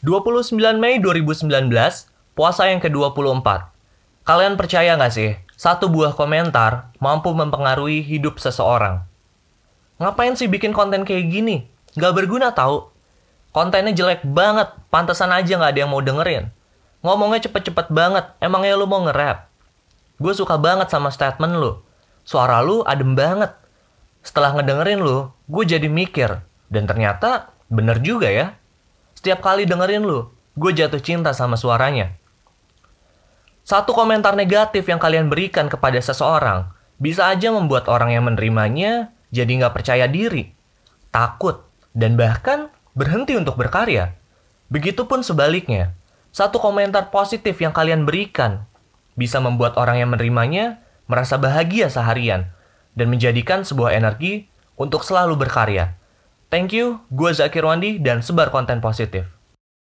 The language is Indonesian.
29 Mei 2019, puasa yang ke-24. Kalian percaya nggak sih, satu buah komentar mampu mempengaruhi hidup seseorang? Ngapain sih bikin konten kayak gini? Nggak berguna tau. Kontennya jelek banget, pantesan aja nggak ada yang mau dengerin. Ngomongnya cepet-cepet banget, emangnya lu mau nge-rap? Gue suka banget sama statement lu. Suara lu adem banget. Setelah ngedengerin lu, gue jadi mikir. Dan ternyata bener juga ya. Setiap kali dengerin lu, gue jatuh cinta sama suaranya. Satu komentar negatif yang kalian berikan kepada seseorang bisa aja membuat orang yang menerimanya jadi nggak percaya diri, takut, dan bahkan berhenti untuk berkarya. Begitupun sebaliknya, satu komentar positif yang kalian berikan bisa membuat orang yang menerimanya merasa bahagia seharian dan menjadikan sebuah energi untuk selalu berkarya. Thank you, gue Zakir Wandi dan sebar konten positif.